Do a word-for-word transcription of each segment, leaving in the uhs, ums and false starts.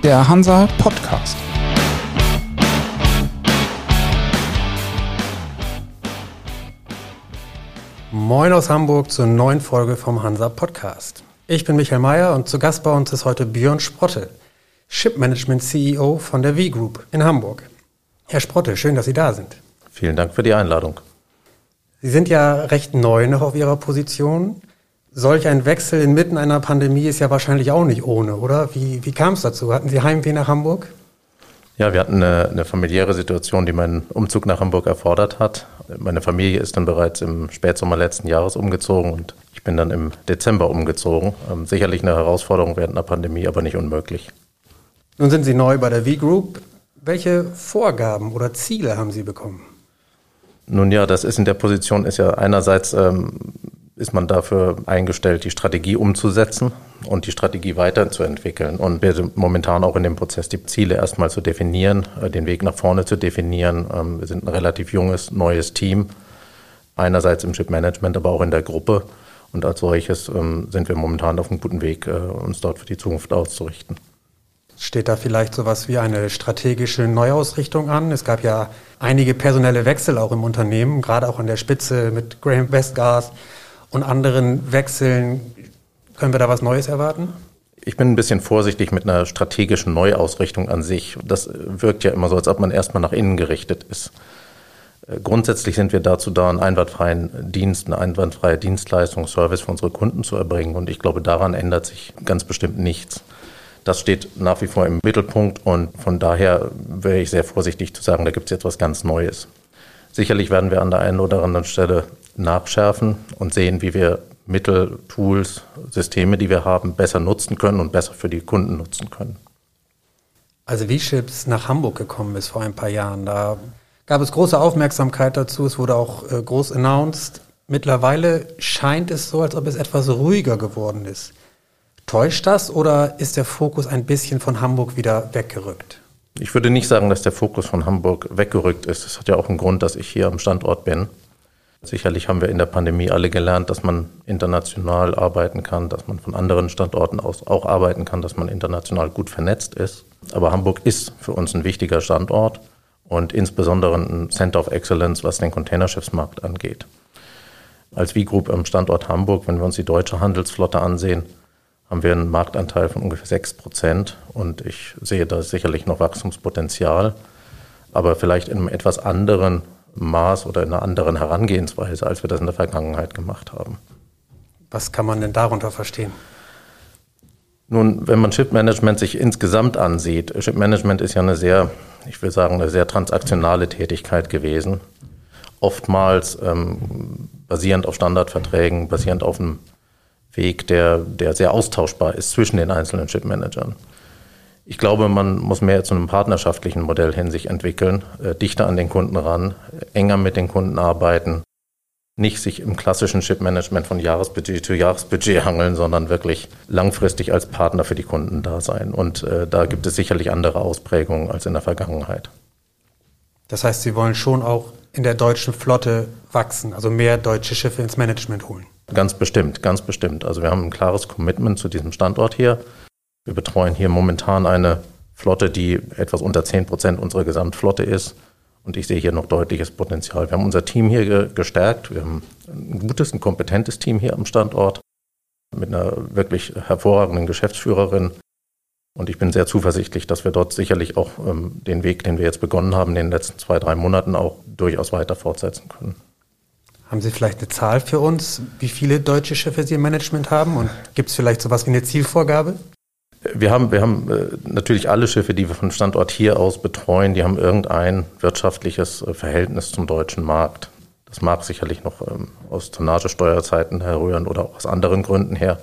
der Hansa Podcast. Moin aus Hamburg zur neuen Folge vom Hansa Podcast. Ich bin Michael Mayer und zu Gast bei uns ist heute Björn Sprotte, Shipmanagement C E O von der V-Group in Hamburg. Herr Sprotte, schön, dass Sie da sind. Vielen Dank für die Einladung. Sie sind ja recht neu noch auf Ihrer Position. Solch ein Wechsel inmitten einer Pandemie ist ja wahrscheinlich auch nicht ohne, oder? Wie, wie kam es dazu? Hatten Sie Heimweh nach Hamburg? Ja, wir hatten eine, eine familiäre Situation, die meinen Umzug nach Hamburg erfordert hat. Meine Familie ist dann bereits im Spätsommer letzten Jahres umgezogen und ich bin dann im Dezember umgezogen. Ähm, sicherlich eine Herausforderung während einer Pandemie, aber nicht unmöglich. Nun sind Sie neu bei der V-Group. Welche Vorgaben oder Ziele haben Sie bekommen? Nun ja, das ist in der Position, ist ja einerseits ähm, ist man dafür eingestellt, die Strategie umzusetzen und die Strategie weiterzuentwickeln. Und wir sind momentan auch in dem Prozess, die Ziele erstmal zu definieren, den Weg nach vorne zu definieren. Wir sind ein relativ junges, neues Team, einerseits im Shipmanagement, aber auch in der Gruppe. Und als solches sind wir momentan auf einem guten Weg, uns dort für die Zukunft auszurichten. Steht da vielleicht sowas wie eine strategische Neuausrichtung an? Es gab ja einige personelle Wechsel auch im Unternehmen, gerade auch an der Spitze mit Graham Westgarth und anderen Wechseln. Können wir da was Neues erwarten? Ich bin ein bisschen vorsichtig mit einer strategischen Neuausrichtung an sich. Das wirkt ja immer so, als ob man erstmal nach innen gerichtet ist. Grundsätzlich sind wir dazu da, einen einwandfreien Dienst, eine einwandfreie Dienstleistung, Service für unsere Kunden zu erbringen. Und ich glaube, daran ändert sich ganz bestimmt nichts. Das steht nach wie vor im Mittelpunkt und von daher wäre ich sehr vorsichtig zu sagen, da gibt es jetzt was ganz Neues. Sicherlich werden wir an der einen oder anderen Stelle nachschärfen und sehen, wie wir Mittel, Tools, Systeme, die wir haben, besser nutzen können und besser für die Kunden nutzen können. Als V-Ships nach Hamburg gekommen ist vor ein paar Jahren, da gab es große Aufmerksamkeit dazu, es wurde auch äh, groß announced. Mittlerweile scheint es so, als ob es etwas ruhiger geworden ist. Täuscht das oder ist der Fokus ein bisschen von Hamburg wieder weggerückt? Ich würde nicht sagen, dass der Fokus von Hamburg weggerückt ist. Es hat ja auch einen Grund, dass ich hier am Standort bin. Sicherlich haben wir in der Pandemie alle gelernt, dass man international arbeiten kann, dass man von anderen Standorten aus auch arbeiten kann, dass man international gut vernetzt ist. Aber Hamburg ist für uns ein wichtiger Standort und insbesondere ein Center of Excellence, was den Containerschiffsmarkt angeht. Als V-Group am Standort Hamburg, wenn wir uns die deutsche Handelsflotte ansehen, haben wir einen Marktanteil von ungefähr sechs Prozent und ich sehe da sicherlich noch Wachstumspotenzial, aber vielleicht in einem etwas anderen Maß oder in einer anderen Herangehensweise, als wir das in der Vergangenheit gemacht haben. Was kann man denn darunter verstehen? Nun, wenn man Shipmanagement sich insgesamt ansieht, Shipmanagement ist ja eine sehr, ich will sagen, eine sehr transaktionale Tätigkeit gewesen. Oftmals ähm, basierend auf Standardverträgen, basierend auf einem Weg, der, der sehr austauschbar ist zwischen den einzelnen Shipmanagern. Ich glaube, man muss mehr zu einem partnerschaftlichen Modell hin sich entwickeln, äh, dichter an den Kunden ran, enger mit den Kunden arbeiten, nicht sich im klassischen Shipmanagement von Jahresbudget zu Jahresbudget hangeln, sondern wirklich langfristig als Partner für die Kunden da sein. Und äh, da gibt es sicherlich andere Ausprägungen als in der Vergangenheit. Das heißt, Sie wollen schon auch in der deutschen Flotte wachsen, also mehr deutsche Schiffe ins Management holen? Ganz bestimmt, ganz bestimmt. Also wir haben ein klares Commitment zu diesem Standort hier. Wir betreuen hier momentan eine Flotte, die etwas unter zehn Prozent unserer Gesamtflotte ist. Und ich sehe hier noch deutliches Potenzial. Wir haben unser Team hier ge- gestärkt. Wir haben ein gutes, ein kompetentes Team hier am Standort mit einer wirklich hervorragenden Geschäftsführerin. Und ich bin sehr zuversichtlich, dass wir dort sicherlich auch ähm, den Weg, den wir jetzt begonnen haben, in den letzten zwei, drei Monaten auch durchaus weiter fortsetzen können. Haben Sie vielleicht eine Zahl für uns, wie viele deutsche Schiffe Sie im Management haben? Und gibt es vielleicht sowas wie eine Zielvorgabe? Wir haben, wir haben äh, natürlich alle Schiffe, die wir vom Standort hier aus betreuen, die haben irgendein wirtschaftliches äh, Verhältnis zum deutschen Markt. Das mag sicherlich noch ähm, aus Tonnagesteuerzeiten herrühren oder auch aus anderen Gründen her.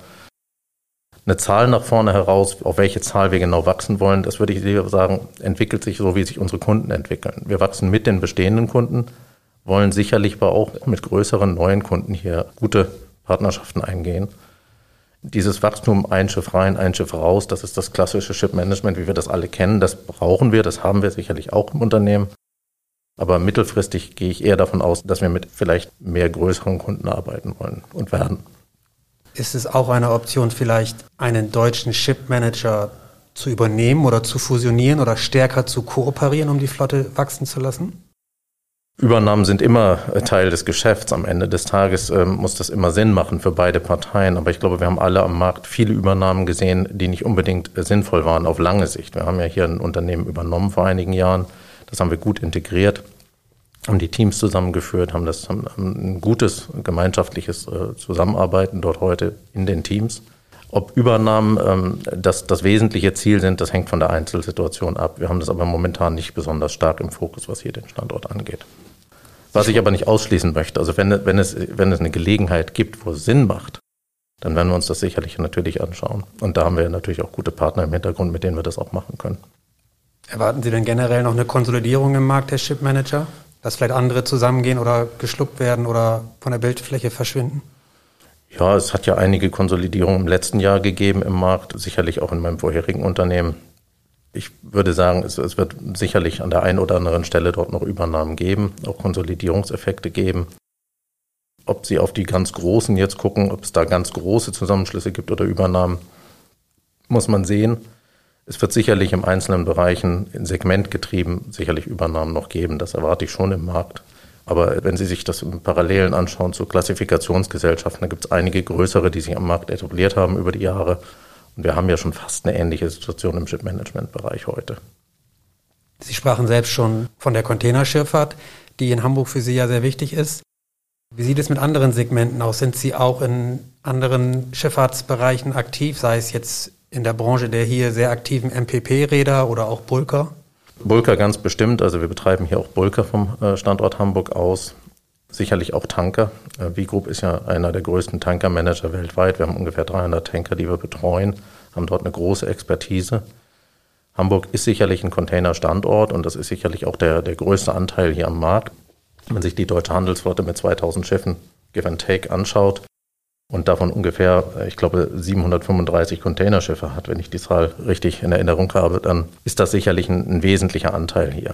Eine Zahl nach vorne heraus, auf welche Zahl wir genau wachsen wollen, das würde ich lieber sagen, entwickelt sich so, wie sich unsere Kunden entwickeln. Wir wachsen mit den bestehenden Kunden, wollen sicherlich aber auch mit größeren neuen Kunden hier gute Partnerschaften eingehen. Dieses Wachstum, ein Schiff rein, ein Schiff raus, das ist das klassische Shipmanagement, wie wir das alle kennen. Das brauchen wir, das haben wir sicherlich auch im Unternehmen. Aber mittelfristig gehe ich eher davon aus, dass wir mit vielleicht mehr größeren Kunden arbeiten wollen und werden. Ist es auch eine Option, vielleicht einen deutschen Shipmanager zu übernehmen oder zu fusionieren oder stärker zu kooperieren, um die Flotte wachsen zu lassen? Übernahmen sind immer Teil des Geschäfts. Am Ende des Tages äh, muss das immer Sinn machen für beide Parteien. Aber ich glaube, wir haben alle am Markt viele Übernahmen gesehen, die nicht unbedingt äh, sinnvoll waren auf lange Sicht. Wir haben ja hier ein Unternehmen übernommen vor einigen Jahren. Das haben wir gut integriert, haben die Teams zusammengeführt, haben das haben ein gutes gemeinschaftliches äh, Zusammenarbeiten dort heute in den Teams. Ob Übernahmen ähm, das, das wesentliche Ziel sind, das hängt von der Einzelsituation ab. Wir haben das aber momentan nicht besonders stark im Fokus, was hier den Standort angeht. Was ich aber nicht ausschließen möchte, also wenn, wenn, es, wenn es eine Gelegenheit gibt, wo es Sinn macht, dann werden wir uns das sicherlich natürlich anschauen. Und da haben wir natürlich auch gute Partner im Hintergrund, mit denen wir das auch machen können. Erwarten Sie denn generell noch eine Konsolidierung im Markt der Shipmanager? Dass vielleicht andere zusammengehen oder geschluckt werden oder von der Bildfläche verschwinden? Ja, es hat ja einige Konsolidierungen im letzten Jahr gegeben im Markt, sicherlich auch in meinem vorherigen Unternehmen. Ich würde sagen, es, es wird sicherlich an der einen oder anderen Stelle dort noch Übernahmen geben, auch Konsolidierungseffekte geben. Ob Sie auf die ganz Großen jetzt gucken, ob es da ganz große Zusammenschlüsse gibt oder Übernahmen, muss man sehen. Es wird sicherlich im einzelnen Bereichen, in Segmentgetrieben, sicherlich Übernahmen noch geben. Das erwarte ich schon im Markt. Aber wenn Sie sich das im Parallelen anschauen zu Klassifikationsgesellschaften, da gibt es einige größere, die sich am Markt etabliert haben über die Jahre. Und wir haben ja schon fast eine ähnliche Situation im Shipmanagement-Bereich heute. Sie sprachen selbst schon von der Containerschifffahrt, die in Hamburg für Sie ja sehr wichtig ist. Wie sieht es mit anderen Segmenten aus? Sind Sie auch in anderen Schifffahrtsbereichen aktiv, sei es jetzt in der Branche der hier sehr aktiven M P P-Räder oder auch Bulker? Bulker ganz bestimmt. Also wir betreiben hier auch Bulker vom Standort Hamburg aus. Sicherlich auch Tanker. V-Group ist ja einer der größten Tankermanager weltweit. Wir haben ungefähr dreihundert Tanker, die wir betreuen, haben dort eine große Expertise. Hamburg ist sicherlich ein Containerstandort und das ist sicherlich auch der, der größte Anteil hier am Markt. Wenn man sich die deutsche Handelsflotte mit zweitausend Schiffen, give and take, anschaut und davon ungefähr, ich glaube, siebenhundertfünfunddreißig Containerschiffe hat, wenn ich die Zahl richtig in Erinnerung habe, dann ist das sicherlich ein, ein wesentlicher Anteil hier.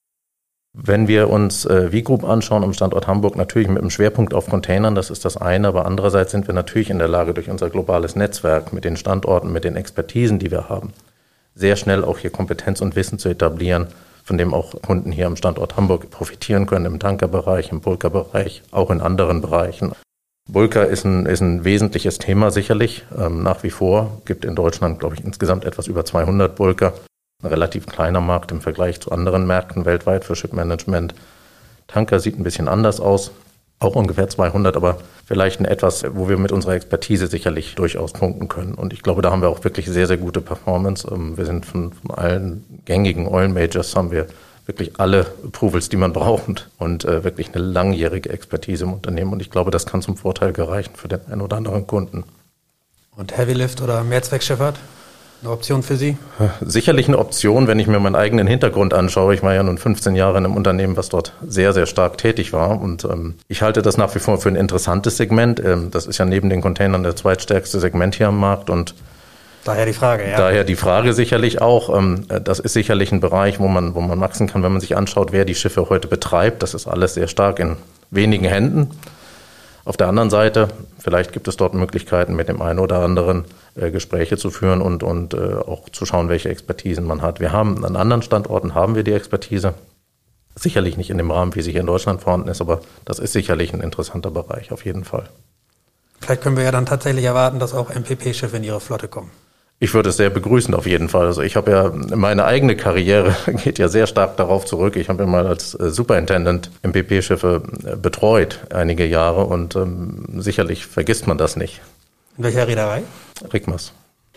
Wenn wir uns äh, V-Group anschauen am Standort Hamburg, natürlich mit einem Schwerpunkt auf Containern, das ist das eine, aber andererseits sind wir natürlich in der Lage, durch unser globales Netzwerk mit den Standorten, mit den Expertisen, die wir haben, sehr schnell auch hier Kompetenz und Wissen zu etablieren, von dem auch Kunden hier am Standort Hamburg profitieren können, im Tankerbereich, im Bulkerbereich, auch in anderen Bereichen. Bulker ist ein, ist ein wesentliches Thema sicherlich, ähm, nach wie vor. Gibt in Deutschland, glaube ich, insgesamt etwas über zweihundert Bulker. Ein relativ kleiner Markt im Vergleich zu anderen Märkten weltweit für Shipmanagement. Tanker sieht ein bisschen anders aus, auch ungefähr zweihundert, aber vielleicht ein etwas, wo wir mit unserer Expertise sicherlich durchaus punkten können. Und ich glaube, da haben wir auch wirklich sehr, sehr gute Performance. Wir sind von, von allen gängigen Oil Majors, haben wir wirklich alle Approvals, die man braucht und äh, wirklich eine langjährige Expertise im Unternehmen. Und ich glaube, das kann zum Vorteil gereichen für den einen oder anderen Kunden. Und Heavylift oder Mehrzweckschifffahrt? Eine Option für Sie? Sicherlich eine Option, wenn ich mir meinen eigenen Hintergrund anschaue. Ich war ja nun fünfzehn Jahre in einem Unternehmen, was dort sehr, sehr stark tätig war. Und ähm, ich halte das nach wie vor für ein interessantes Segment. Ähm, das ist ja neben den Containern der zweitstärkste Segment hier am Markt. Und daher die Frage, ja. Daher die Frage sicherlich auch. Ähm, das ist sicherlich ein Bereich, wo man, wo man wachsen kann, wenn man sich anschaut, wer die Schiffe heute betreibt. Das ist alles sehr stark in wenigen Händen. Auf der anderen Seite, vielleicht gibt es dort Möglichkeiten, mit dem einen oder anderen äh, Gespräche zu führen und, und äh, auch zu schauen, welche Expertisen man hat. Wir haben an anderen Standorten haben wir die Expertise. Sicherlich nicht in dem Rahmen, wie sie hier in Deutschland vorhanden ist, aber das ist sicherlich ein interessanter Bereich, auf jeden Fall. Vielleicht können wir ja dann tatsächlich erwarten, dass auch M P P-Schiffe in Ihre Flotte kommen. Ich würde es sehr begrüßen, auf jeden Fall. Also ich habe ja, meine eigene Karriere geht ja sehr stark darauf zurück. Ich habe ja mal als Superintendent M P P-Schiffe betreut, einige Jahre, und ähm, sicherlich vergisst man das nicht. In welcher Reederei? Rigmas.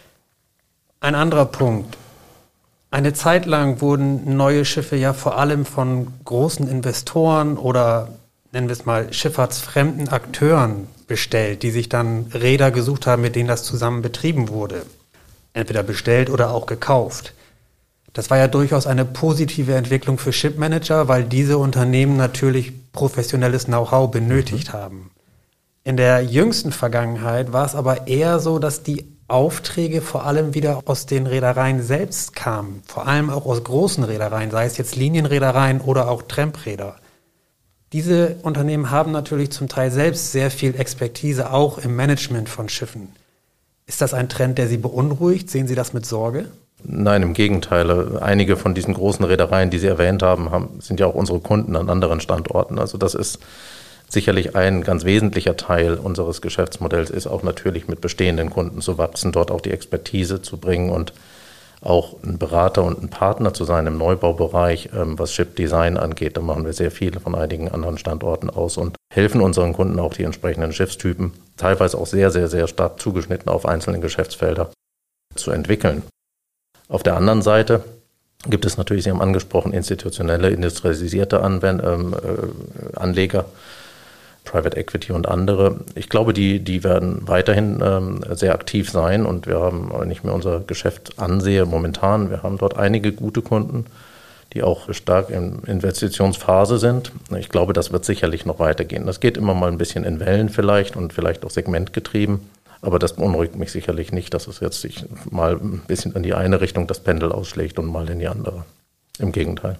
Ein anderer Punkt. Eine Zeit lang wurden neue Schiffe ja vor allem von großen Investoren oder, nennen wir es mal, schifffahrtsfremden Akteuren bestellt, die sich dann Räder gesucht haben, mit denen das zusammen betrieben wurde. Entweder bestellt oder auch gekauft. Das war ja durchaus eine positive Entwicklung für Shipmanager, weil diese Unternehmen natürlich professionelles Know-how benötigt mhm. haben. In der jüngsten Vergangenheit war es aber eher so, dass die Aufträge vor allem wieder aus den Reedereien selbst kamen. Vor allem auch aus großen Reedereien, sei es jetzt Linienreedereien oder auch Trampräder. Diese Unternehmen haben natürlich zum Teil selbst sehr viel Expertise, auch im Management von Schiffen. Ist das ein Trend, der Sie beunruhigt? Sehen Sie das mit Sorge? Nein, im Gegenteil. Einige von diesen großen Reedereien, die Sie erwähnt haben, haben, sind ja auch unsere Kunden an anderen Standorten. Also das ist sicherlich ein ganz wesentlicher Teil unseres Geschäftsmodells, ist auch natürlich mit bestehenden Kunden zu wachsen, dort auch die Expertise zu bringen und auch ein Berater und ein Partner zu sein im Neubaubereich, was Ship-Design angeht. Da machen wir sehr viel von einigen anderen Standorten aus und helfen unseren Kunden auch die entsprechenden Schiffstypen, teilweise auch sehr, sehr, sehr stark zugeschnitten auf einzelne Geschäftsfelder, zu entwickeln. Auf der anderen Seite gibt es natürlich, Sie haben angesprochen, institutionelle, industrialisierte Anwend- äh, Anleger, Private Equity und andere. Ich glaube, die, die werden weiterhin ähm, sehr aktiv sein und wir haben, wenn ich mir unser Geschäft ansehe, momentan, wir haben dort einige gute Kunden, die auch stark in Investitionsphase sind. Ich glaube, das wird sicherlich noch weitergehen. Das geht immer mal ein bisschen in Wellen vielleicht und vielleicht auch segmentgetrieben, aber das beunruhigt mich sicherlich nicht, dass es jetzt sich mal ein bisschen in die eine Richtung das Pendel ausschlägt und mal in die andere. Im Gegenteil.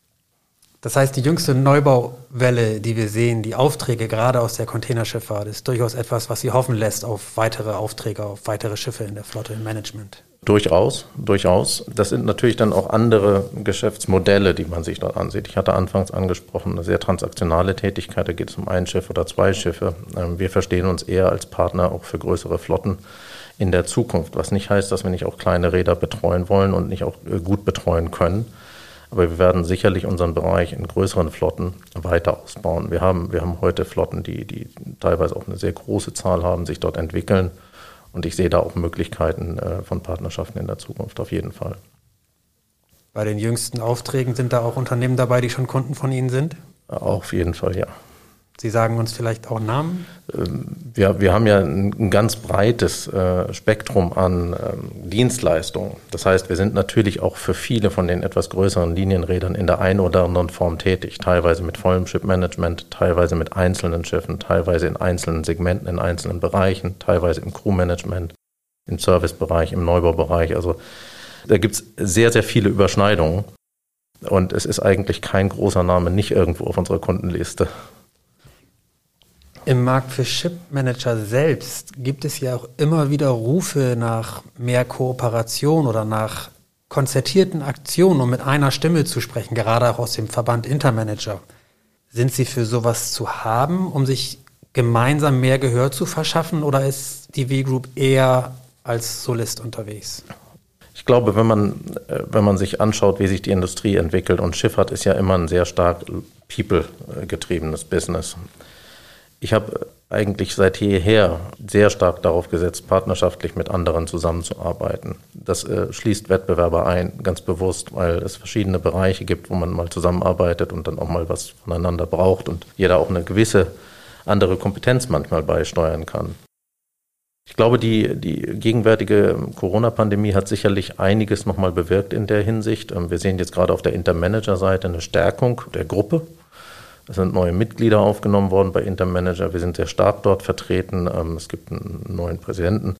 Das heißt, die jüngste Neubauwelle, die wir sehen, die Aufträge gerade aus der Containerschifffahrt, ist durchaus etwas, was Sie hoffen lässt auf weitere Aufträge, auf weitere Schiffe in der Flotte, im Management. Durchaus, durchaus. Das sind natürlich dann auch andere Geschäftsmodelle, die man sich dort ansieht. Ich hatte anfangs angesprochen, eine sehr transaktionale Tätigkeit, da geht es um ein Schiff oder zwei Schiffe. Wir verstehen uns eher als Partner auch für größere Flotten in der Zukunft, was nicht heißt, dass wir nicht auch kleine Reeder betreuen wollen und nicht auch gut betreuen können. Aber wir werden sicherlich unseren Bereich in größeren Flotten weiter ausbauen. Wir haben, wir haben heute Flotten, die, die teilweise auch eine sehr große Zahl haben, sich dort entwickeln. Und ich sehe da auch Möglichkeiten äh, von Partnerschaften in der Zukunft auf jeden Fall. Bei den jüngsten Aufträgen sind da auch Unternehmen dabei, die schon Kunden von Ihnen sind? Auf jeden Fall, ja. Sie sagen uns vielleicht auch Namen? Wir, wir haben ja ein ganz breites äh, Spektrum an ähm, Dienstleistungen. Das heißt, wir sind natürlich auch für viele von den etwas größeren Linienrädern in der einen oder anderen Form tätig. Teilweise mit vollem Shipmanagement, teilweise mit einzelnen Schiffen, teilweise in einzelnen Segmenten, in einzelnen Bereichen, teilweise im Crewmanagement, im Servicebereich, im Neubaubereich. Also da gibt es sehr, sehr viele Überschneidungen. Und es ist eigentlich kein großer Name nicht irgendwo auf unserer Kundenliste. Im Markt für Shipmanager selbst gibt es ja auch immer wieder Rufe nach mehr Kooperation oder nach konzertierten Aktionen, um mit einer Stimme zu sprechen, gerade auch aus dem Verband Intermanager. Sind Sie für sowas zu haben, um sich gemeinsam mehr Gehör zu verschaffen, oder ist die W-Group eher als Solist unterwegs? Ich glaube, wenn man, wenn man sich anschaut, wie sich die Industrie entwickelt, und Schifffahrt ist ja immer ein sehr stark people-getriebenes Business. Ich habe eigentlich seit jeher sehr stark darauf gesetzt, partnerschaftlich mit anderen zusammenzuarbeiten. Das äh, schließt Wettbewerber ein, ganz bewusst, weil es verschiedene Bereiche gibt, wo man mal zusammenarbeitet und dann auch mal was voneinander braucht und jeder auch eine gewisse andere Kompetenz manchmal beisteuern kann. Ich glaube, die, die gegenwärtige Corona-Pandemie hat sicherlich einiges nochmal bewirkt in der Hinsicht. Wir sehen jetzt gerade auf der Intermanager-Seite eine Stärkung der Gruppe. Es sind neue Mitglieder aufgenommen worden bei Intermanager. Wir sind sehr stark dort vertreten. Es gibt einen neuen Präsidenten.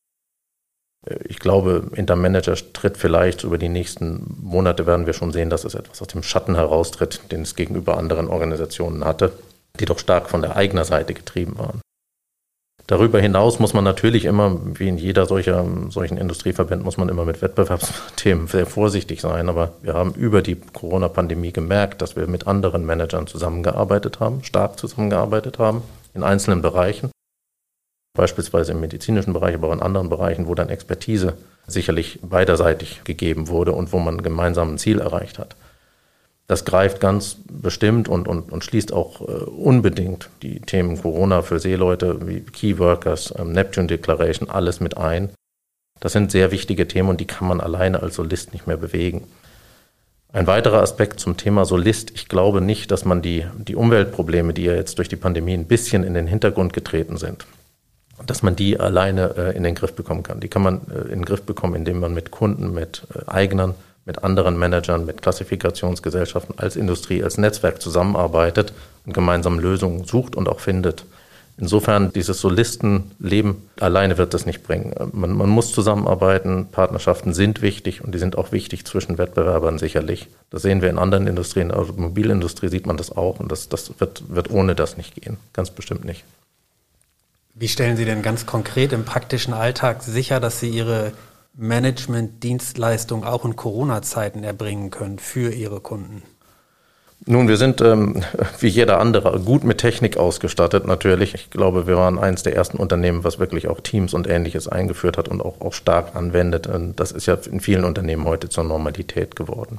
Ich glaube, Intermanager tritt vielleicht über die nächsten Monate, werden wir schon sehen, dass es etwas aus dem Schatten heraustritt, den es gegenüber anderen Organisationen hatte, die doch stark von der eigenen Seite getrieben waren. Darüber hinaus muss man natürlich immer, wie in jeder solcher, solchen Industrieverband, muss man immer mit Wettbewerbsthemen sehr vorsichtig sein. Aber wir haben über die Corona-Pandemie gemerkt, dass wir mit anderen Managern zusammengearbeitet haben, stark zusammengearbeitet haben, in einzelnen Bereichen. Beispielsweise im medizinischen Bereich, aber auch in anderen Bereichen, wo dann Expertise sicherlich beiderseitig gegeben wurde und wo man gemeinsam ein Ziel erreicht hat. Das greift ganz bestimmt und, und, und schließt auch äh, unbedingt die Themen Corona für Seeleute wie Key Workers, ähm, Neptune Declaration, alles mit ein. Das sind sehr wichtige Themen und die kann man alleine als Solist nicht mehr bewegen. Ein weiterer Aspekt zum Thema Solist: Ich glaube nicht, dass man die, die Umweltprobleme, die ja jetzt durch die Pandemie ein bisschen in den Hintergrund getreten sind, dass man die alleine äh, in den Griff bekommen kann. Die kann man äh, in den Griff bekommen, indem man mit Kunden, mit äh, Eignern, mit anderen Managern, mit Klassifikationsgesellschaften als Industrie, als Netzwerk zusammenarbeitet und gemeinsam Lösungen sucht und auch findet. Insofern, dieses Solistenleben alleine wird das nicht bringen. Man, man muss zusammenarbeiten, Partnerschaften sind wichtig und die sind auch wichtig zwischen Wettbewerbern sicherlich. Das sehen wir in anderen Industrien, in der Automobilindustrie sieht man das auch und das, das wird, wird ohne das nicht gehen, ganz bestimmt nicht. Wie stellen Sie denn ganz konkret im praktischen Alltag sicher, dass Sie Ihre Management-Dienstleistungen auch in Corona-Zeiten erbringen können für Ihre Kunden? Nun, wir sind ähm, wie jeder andere gut mit Technik ausgestattet natürlich. Ich glaube, wir waren eines der ersten Unternehmen, was wirklich auch Teams und Ähnliches eingeführt hat und auch, auch stark anwendet. Und das ist ja in vielen Unternehmen heute zur Normalität geworden.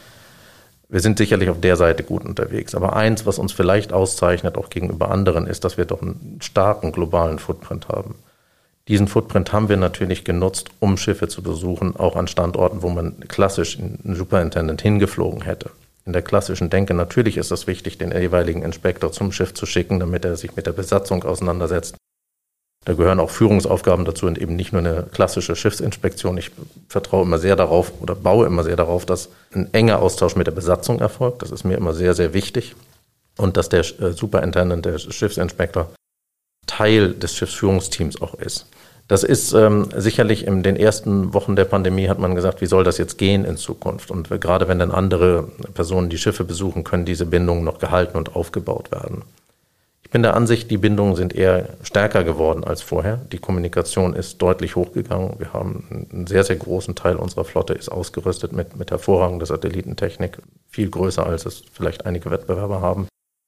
Wir sind sicherlich auf der Seite gut unterwegs. Aber eins, was uns vielleicht auszeichnet, auch gegenüber anderen, ist, dass wir doch einen starken globalen Footprint haben. Diesen Footprint haben wir natürlich genutzt, um Schiffe zu besuchen, auch an Standorten, wo man klassisch einen Superintendent hingeflogen hätte. In der klassischen Denke, natürlich ist es wichtig, den jeweiligen Inspektor zum Schiff zu schicken, damit er sich mit der Besatzung auseinandersetzt. Da gehören auch Führungsaufgaben dazu und eben nicht nur eine klassische Schiffsinspektion. Ich vertraue immer sehr darauf oder baue immer sehr darauf, dass ein enger Austausch mit der Besatzung erfolgt. Das ist mir immer sehr, sehr wichtig. Und dass der Superintendent, der Schiffsinspektor, Teil des Schiffsführungsteams auch ist. Das ist ähm, sicherlich in den ersten Wochen der Pandemie hat man gesagt, wie soll das jetzt gehen in Zukunft? Und gerade wenn dann andere Personen die Schiffe besuchen, können diese Bindungen noch gehalten und aufgebaut werden. Ich bin der Ansicht, die Bindungen sind eher stärker geworden als vorher. Die Kommunikation ist deutlich hochgegangen. Wir haben einen sehr, sehr großen Teil unserer Flotte ist ausgerüstet mit, mit hervorragender Satellitentechnik, viel größer, als es vielleicht einige Wettbewerber haben.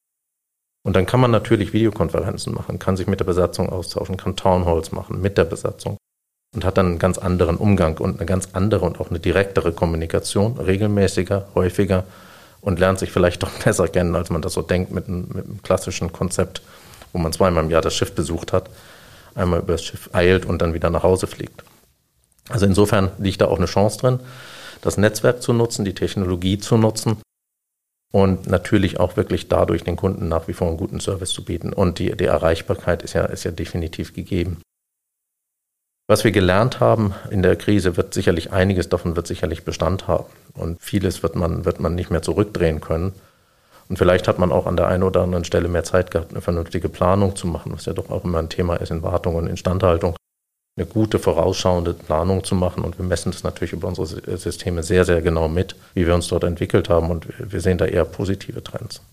Und dann kann man natürlich Videokonferenzen machen, kann sich mit der Besatzung austauschen, kann Townhalls machen mit der Besatzung und hat dann einen ganz anderen Umgang und eine ganz andere und auch eine direktere Kommunikation, regelmäßiger, häufiger und lernt sich vielleicht doch besser kennen, als man das so denkt mit einem, mit einem klassischen Konzept, wo man zweimal im Jahr das Schiff besucht hat, einmal über das Schiff eilt und dann wieder nach Hause fliegt. Also insofern liegt da auch eine Chance drin, das Netzwerk zu nutzen, die Technologie zu nutzen. Und natürlich auch wirklich dadurch den Kunden nach wie vor einen guten Service zu bieten. Und die, die Erreichbarkeit ist ja, ist ja definitiv gegeben. Was wir gelernt haben in der Krise, wird sicherlich einiges davon wird sicherlich Bestand haben. Und vieles wird man, wird man nicht mehr zurückdrehen können. Und vielleicht hat man auch an der einen oder anderen Stelle mehr Zeit gehabt, eine vernünftige Planung zu machen, was ja doch auch immer ein Thema ist in Wartung und Instandhaltung. Eine gute, vorausschauende Planung zu machen. Und wir messen das natürlich über unsere Systeme sehr, sehr genau mit, wie wir uns dort entwickelt haben. Und wir sehen da eher positive Trends.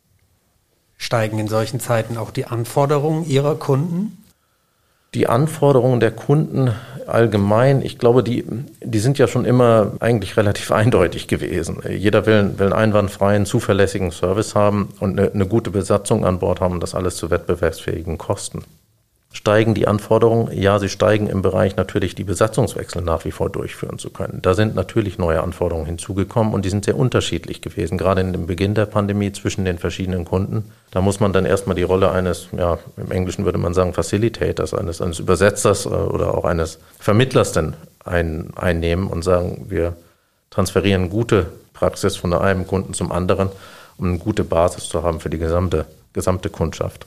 Steigen in solchen Zeiten auch die Anforderungen Ihrer Kunden? Die Anforderungen der Kunden allgemein, ich glaube, die, die sind ja schon immer eigentlich relativ eindeutig gewesen. Jeder will, will einen einwandfreien, zuverlässigen Service haben und eine, eine gute Besatzung an Bord haben und das alles zu wettbewerbsfähigen Kosten. Steigen die Anforderungen? Ja, sie steigen im Bereich natürlich, die Besatzungswechsel nach wie vor durchführen zu können. Da sind natürlich neue Anforderungen hinzugekommen und die sind sehr unterschiedlich gewesen, gerade in dem Beginn der Pandemie zwischen den verschiedenen Kunden. Da muss man dann erstmal die Rolle eines, ja, im Englischen würde man sagen Facilitators, eines, eines Übersetzers oder auch eines Vermittlers dann ein, einnehmen und sagen, wir transferieren gute Praxis von einem Kunden zum anderen, um eine gute Basis zu haben für die gesamte, gesamte Kundschaft.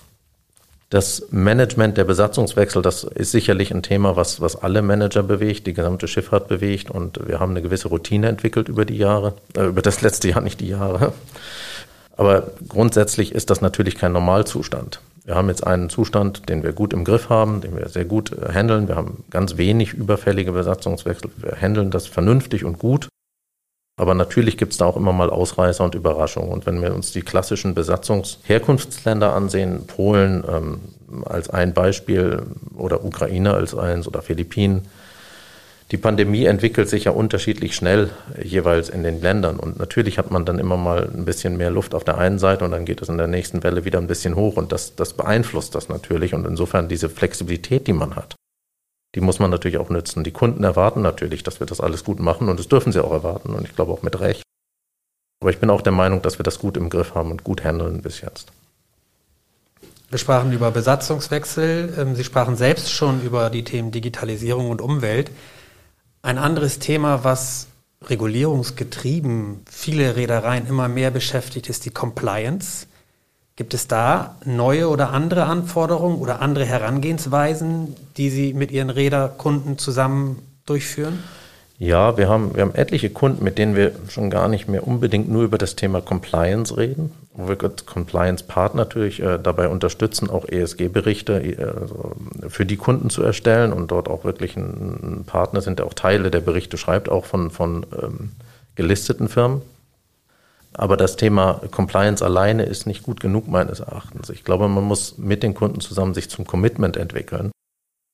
Das Management der Besatzungswechsel, das ist sicherlich ein Thema, was, was alle Manager bewegt, die gesamte Schifffahrt bewegt. Und wir haben eine gewisse Routine entwickelt über die Jahre, äh, über das letzte Jahr, nicht die Jahre. Aber grundsätzlich ist das natürlich kein Normalzustand. Wir haben jetzt einen Zustand, den wir gut im Griff haben, den wir sehr gut äh, handeln. Wir haben ganz wenig überfällige Besatzungswechsel. Wir handeln das vernünftig und gut. Aber natürlich gibt es da auch immer mal Ausreißer und Überraschungen. Und wenn wir uns die klassischen Besatzungsherkunftsländer ansehen, Polen ähm, als ein Beispiel oder Ukraine als eins oder Philippinen, die Pandemie entwickelt sich ja unterschiedlich schnell jeweils in den Ländern. Und natürlich hat man dann immer mal ein bisschen mehr Luft auf der einen Seite und dann geht es in der nächsten Welle wieder ein bisschen hoch. Und das, das beeinflusst das natürlich. Und insofern diese Flexibilität, die man hat, die muss man natürlich auch nützen. Die Kunden erwarten natürlich, dass wir das alles gut machen und das dürfen sie auch erwarten und ich glaube auch mit Recht. Aber ich bin auch der Meinung, dass wir das gut im Griff haben und gut handeln bis jetzt. Wir sprachen über Besatzungswechsel. Sie sprachen selbst schon über die Themen Digitalisierung und Umwelt. Ein anderes Thema, was regulierungsgetrieben viele Reedereien immer mehr beschäftigt, ist die Compliance. Gibt es da neue oder andere Anforderungen oder andere Herangehensweisen, die Sie mit Ihren Reederkunden zusammen durchführen? Ja, wir haben, wir haben etliche Kunden, mit denen wir schon gar nicht mehr unbedingt nur über das Thema Compliance reden, wo wir als Compliance-Part natürlich äh, dabei unterstützen, auch E S G-Berichte äh, für die Kunden zu erstellen und dort auch wirklich ein, ein Partner sind, der auch Teile der Berichte schreibt, auch von, von ähm, gelisteten Firmen. Aber das Thema Compliance alleine ist nicht gut genug meines Erachtens. Ich glaube, man muss mit den Kunden zusammen sich zum Commitment entwickeln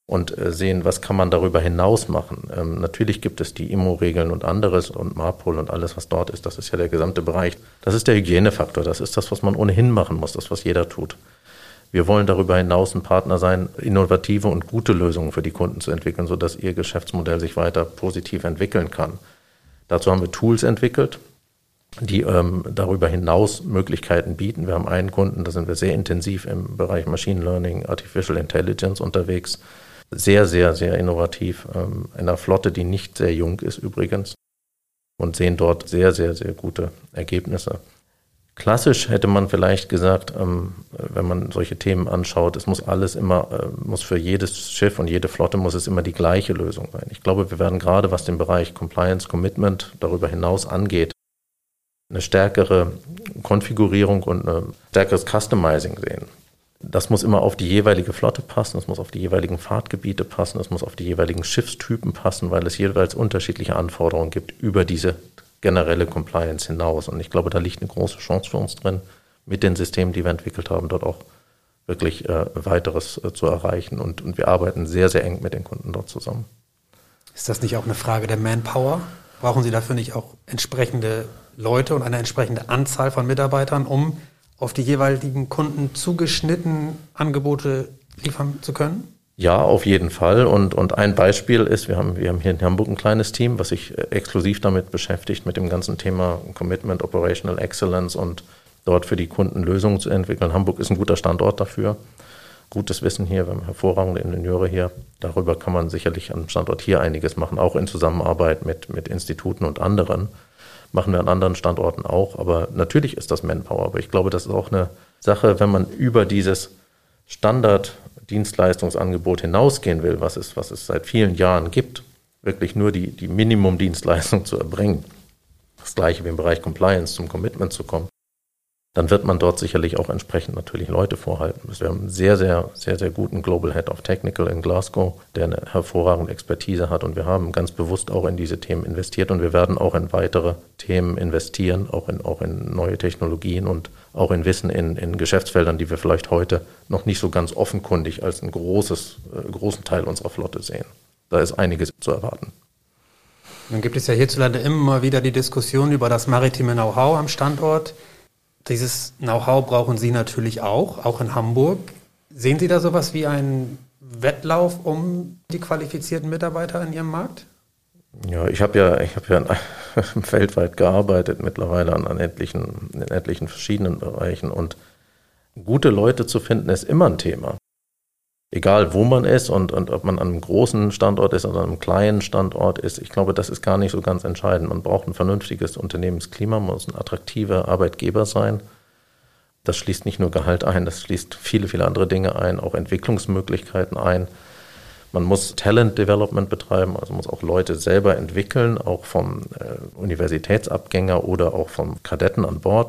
und äh, sehen, was kann man darüber hinaus machen. Ähm, natürlich gibt es die I M O-Regeln und anderes und MARPOL und alles, was dort ist. Das ist ja der gesamte Bereich. Das ist der Hygienefaktor. Das ist das, was man ohnehin machen muss, das, was jeder tut. Wir wollen darüber hinaus ein Partner sein, innovative und gute Lösungen für die Kunden zu entwickeln, sodass ihr Geschäftsmodell sich weiter positiv entwickeln kann. Dazu haben wir Tools entwickelt, die ähm, darüber hinaus Möglichkeiten bieten. Wir haben einen Kunden, da sind wir sehr intensiv im Bereich Machine Learning, Artificial Intelligence unterwegs. Sehr, sehr, sehr innovativ. Ähm, in einer Flotte, die nicht sehr jung ist übrigens. Und sehen dort sehr, sehr, sehr gute Ergebnisse. Klassisch hätte man vielleicht gesagt, ähm, wenn man solche Themen anschaut, es muss alles immer, äh, muss für jedes Schiff und jede Flotte muss es immer die gleiche Lösung sein. Ich glaube, wir werden gerade, was den Bereich Compliance, Commitment darüber hinaus angeht, eine stärkere Konfigurierung und ein stärkeres Customizing sehen. Das muss immer auf die jeweilige Flotte passen, es muss auf die jeweiligen Fahrtgebiete passen, es muss auf die jeweiligen Schiffstypen passen, weil es jeweils unterschiedliche Anforderungen gibt über diese generelle Compliance hinaus. Und ich glaube, da liegt eine große Chance für uns drin, mit den Systemen, die wir entwickelt haben, dort auch wirklich äh, weiteres äh, zu erreichen. Und, und wir arbeiten sehr, sehr eng mit den Kunden dort zusammen. Ist das nicht auch eine Frage der Manpower? Brauchen Sie dafür nicht auch entsprechende Leute und eine entsprechende Anzahl von Mitarbeitern, um auf die jeweiligen Kunden zugeschnitten Angebote liefern zu können? Ja, auf jeden Fall. Und, und ein Beispiel ist, wir haben, wir haben hier in Hamburg ein kleines Team, was sich exklusiv damit beschäftigt, mit dem ganzen Thema Commitment, Operational Excellence und dort für die Kunden Lösungen zu entwickeln. Hamburg ist ein guter Standort dafür. Gutes Wissen hier, wir haben hervorragende Ingenieure hier. Darüber kann man sicherlich am Standort hier einiges machen, auch in Zusammenarbeit mit, mit Instituten und anderen. Machen wir an anderen Standorten auch. Aber natürlich ist das Manpower. Aber ich glaube, das ist auch eine Sache, wenn man über dieses Standard-Dienstleistungsangebot hinausgehen will, was es, was es seit vielen Jahren gibt, wirklich nur die, die Minimum-Dienstleistung zu erbringen, das Gleiche wie im Bereich Compliance zum Commitment zu kommen, dann wird man dort sicherlich auch entsprechend natürlich Leute vorhalten müssen. Wir haben einen sehr, sehr, sehr, sehr guten Global Head of Technical in Glasgow, der eine hervorragende Expertise hat und wir haben ganz bewusst auch in diese Themen investiert und wir werden auch in weitere Themen investieren, auch in, auch in neue Technologien und auch in Wissen in, in Geschäftsfeldern, die wir vielleicht heute noch nicht so ganz offenkundig als einen großes, äh, großen Teil unserer Flotte sehen. Da ist einiges zu erwarten. Nun gibt es ja hierzulande immer wieder die Diskussion über das maritime Know-how am Standort. Dieses Know-how brauchen Sie natürlich auch, auch in Hamburg. Sehen Sie da sowas wie einen Wettlauf um die qualifizierten Mitarbeiter in Ihrem Markt? Ja, ich habe ja, ich habe ja weltweit gearbeitet mittlerweile an, an etlichen, in etlichen verschiedenen Bereichen und gute Leute zu finden ist immer ein Thema. Egal wo man ist und, und ob man an einem großen Standort ist oder an einem kleinen Standort ist, ich glaube, das ist gar nicht so ganz entscheidend. Man braucht ein vernünftiges Unternehmensklima, man muss ein attraktiver Arbeitgeber sein. Das schließt nicht nur Gehalt ein, das schließt viele, viele andere Dinge ein, auch Entwicklungsmöglichkeiten ein. Man muss Talent Development betreiben, also muss auch Leute selber entwickeln, auch vom äh, Universitätsabgänger oder auch vom Kadetten an Bord.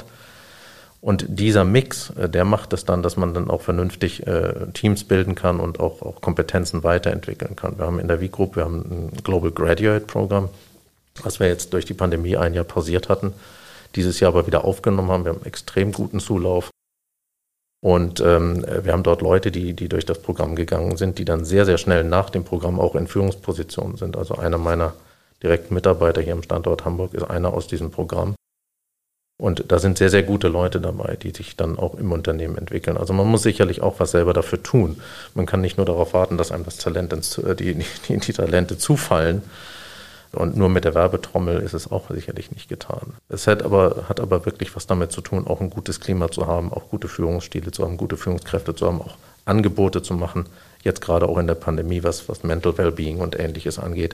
Und dieser Mix, der macht es dann, dass man dann auch vernünftig äh, Teams bilden kann und auch, auch Kompetenzen weiterentwickeln kann. Wir haben in der V-Group, wir haben ein Global Graduate Programm, was wir jetzt durch die Pandemie ein Jahr pausiert hatten, dieses Jahr aber wieder aufgenommen haben. Wir haben einen extrem guten Zulauf. Und ähm, wir haben dort Leute, die, die durch das Programm gegangen sind, die dann sehr, sehr schnell nach dem Programm auch in Führungspositionen sind. Also einer meiner direkten Mitarbeiter hier am Standort Hamburg ist einer aus diesem Programm. Und da sind sehr, sehr gute Leute dabei, die sich dann auch im Unternehmen entwickeln. Also man muss sicherlich auch was selber dafür tun. Man kann nicht nur darauf warten, dass einem das Talent ins, die, die, die Talente zufallen. Und nur mit der Werbetrommel ist es auch sicherlich nicht getan. Es hat aber, hat aber wirklich was damit zu tun, auch ein gutes Klima zu haben, auch gute Führungsstile zu haben, gute Führungskräfte zu haben, auch Angebote zu machen. Jetzt gerade auch in der Pandemie, was, was Mental Wellbeing und Ähnliches angeht.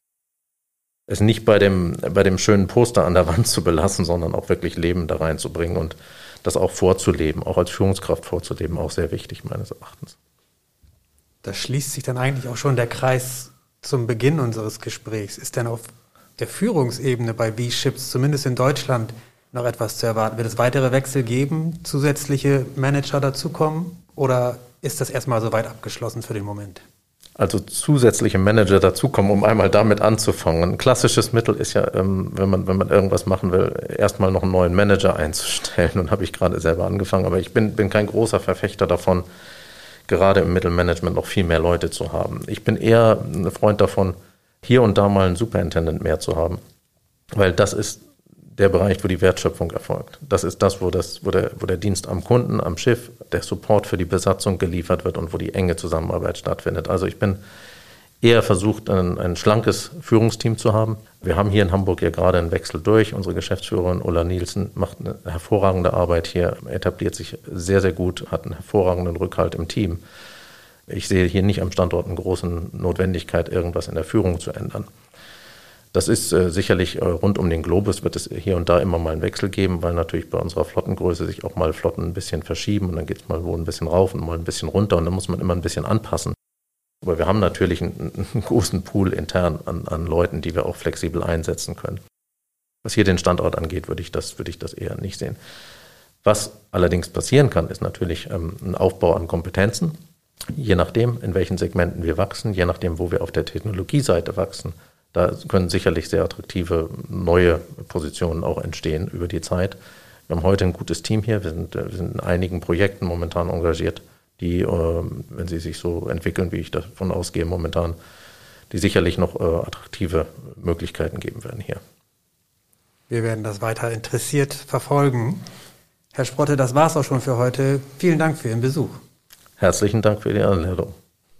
Es nicht bei dem, bei dem schönen Poster an der Wand zu belassen, sondern auch wirklich Leben da reinzubringen und das auch vorzuleben, auch als Führungskraft vorzuleben, auch sehr wichtig meines Erachtens. Da schließt sich dann eigentlich auch schon der Kreis zum Beginn unseres Gesprächs. Ist denn auf der Führungsebene bei V-Ships, zumindest in Deutschland, noch etwas zu erwarten? Wird es weitere Wechsel geben, zusätzliche Manager dazukommen oder ist das erstmal soweit abgeschlossen für den Moment? Also zusätzliche Manager dazukommen, um einmal damit anzufangen. Ein klassisches Mittel ist ja, wenn man, wenn man irgendwas machen will, erstmal noch einen neuen Manager einzustellen. Und habe ich gerade selber angefangen. Aber ich bin, bin kein großer Verfechter davon, gerade im Mittelmanagement noch viel mehr Leute zu haben. Ich bin eher ein Freund davon, hier und da mal einen Superintendent mehr zu haben, weil das ist der Bereich, wo die Wertschöpfung erfolgt. Das ist das, wo, das, wo, der, wo der Dienst am Kunden, am Schiff, der Support für die Besatzung geliefert wird und wo die enge Zusammenarbeit stattfindet. Also ich bin eher versucht, ein, ein schlankes Führungsteam zu haben. Wir haben hier in Hamburg ja gerade einen Wechsel durch. Unsere Geschäftsführerin Ulla Nielsen macht eine hervorragende Arbeit hier, etabliert sich sehr, sehr gut, hat einen hervorragenden Rückhalt im Team. Ich sehe hier nicht am Standort eine große Notwendigkeit, irgendwas in der Führung zu ändern. Das ist äh, sicherlich äh, rund um den Globus wird es hier und da immer mal einen Wechsel geben, weil natürlich bei unserer Flottengröße sich auch mal Flotten ein bisschen verschieben und dann geht es mal wo ein bisschen rauf und mal ein bisschen runter und dann muss man immer ein bisschen anpassen. Aber wir haben natürlich einen, einen großen Pool intern an, an Leuten, die wir auch flexibel einsetzen können. Was hier den Standort angeht, würde ich das, würde ich das eher nicht sehen. Was allerdings passieren kann, ist natürlich ähm, ein Aufbau an Kompetenzen. Je nachdem, in welchen Segmenten wir wachsen, je nachdem, wo wir auf der Technologieseite wachsen, da können sicherlich sehr attraktive neue Positionen auch entstehen über die Zeit. Wir haben heute ein gutes Team hier. Wir sind, wir sind in einigen Projekten momentan engagiert, die, wenn sie sich so entwickeln, wie ich davon ausgehe momentan, die sicherlich noch attraktive Möglichkeiten geben werden hier. Wir werden das weiter interessiert verfolgen. Herr Sprotte, das war's auch schon für heute. Vielen Dank für Ihren Besuch. Herzlichen Dank für die Einladung.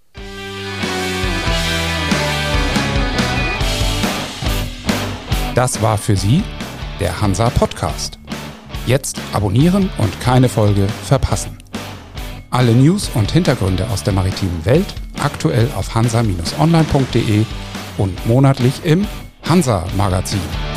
Das war für Sie der Hansa Podcast. Jetzt abonnieren und keine Folge verpassen. Alle News und Hintergründe aus der maritimen Welt aktuell auf hansa Bindestrich online punkt de und monatlich im Hansa Magazin.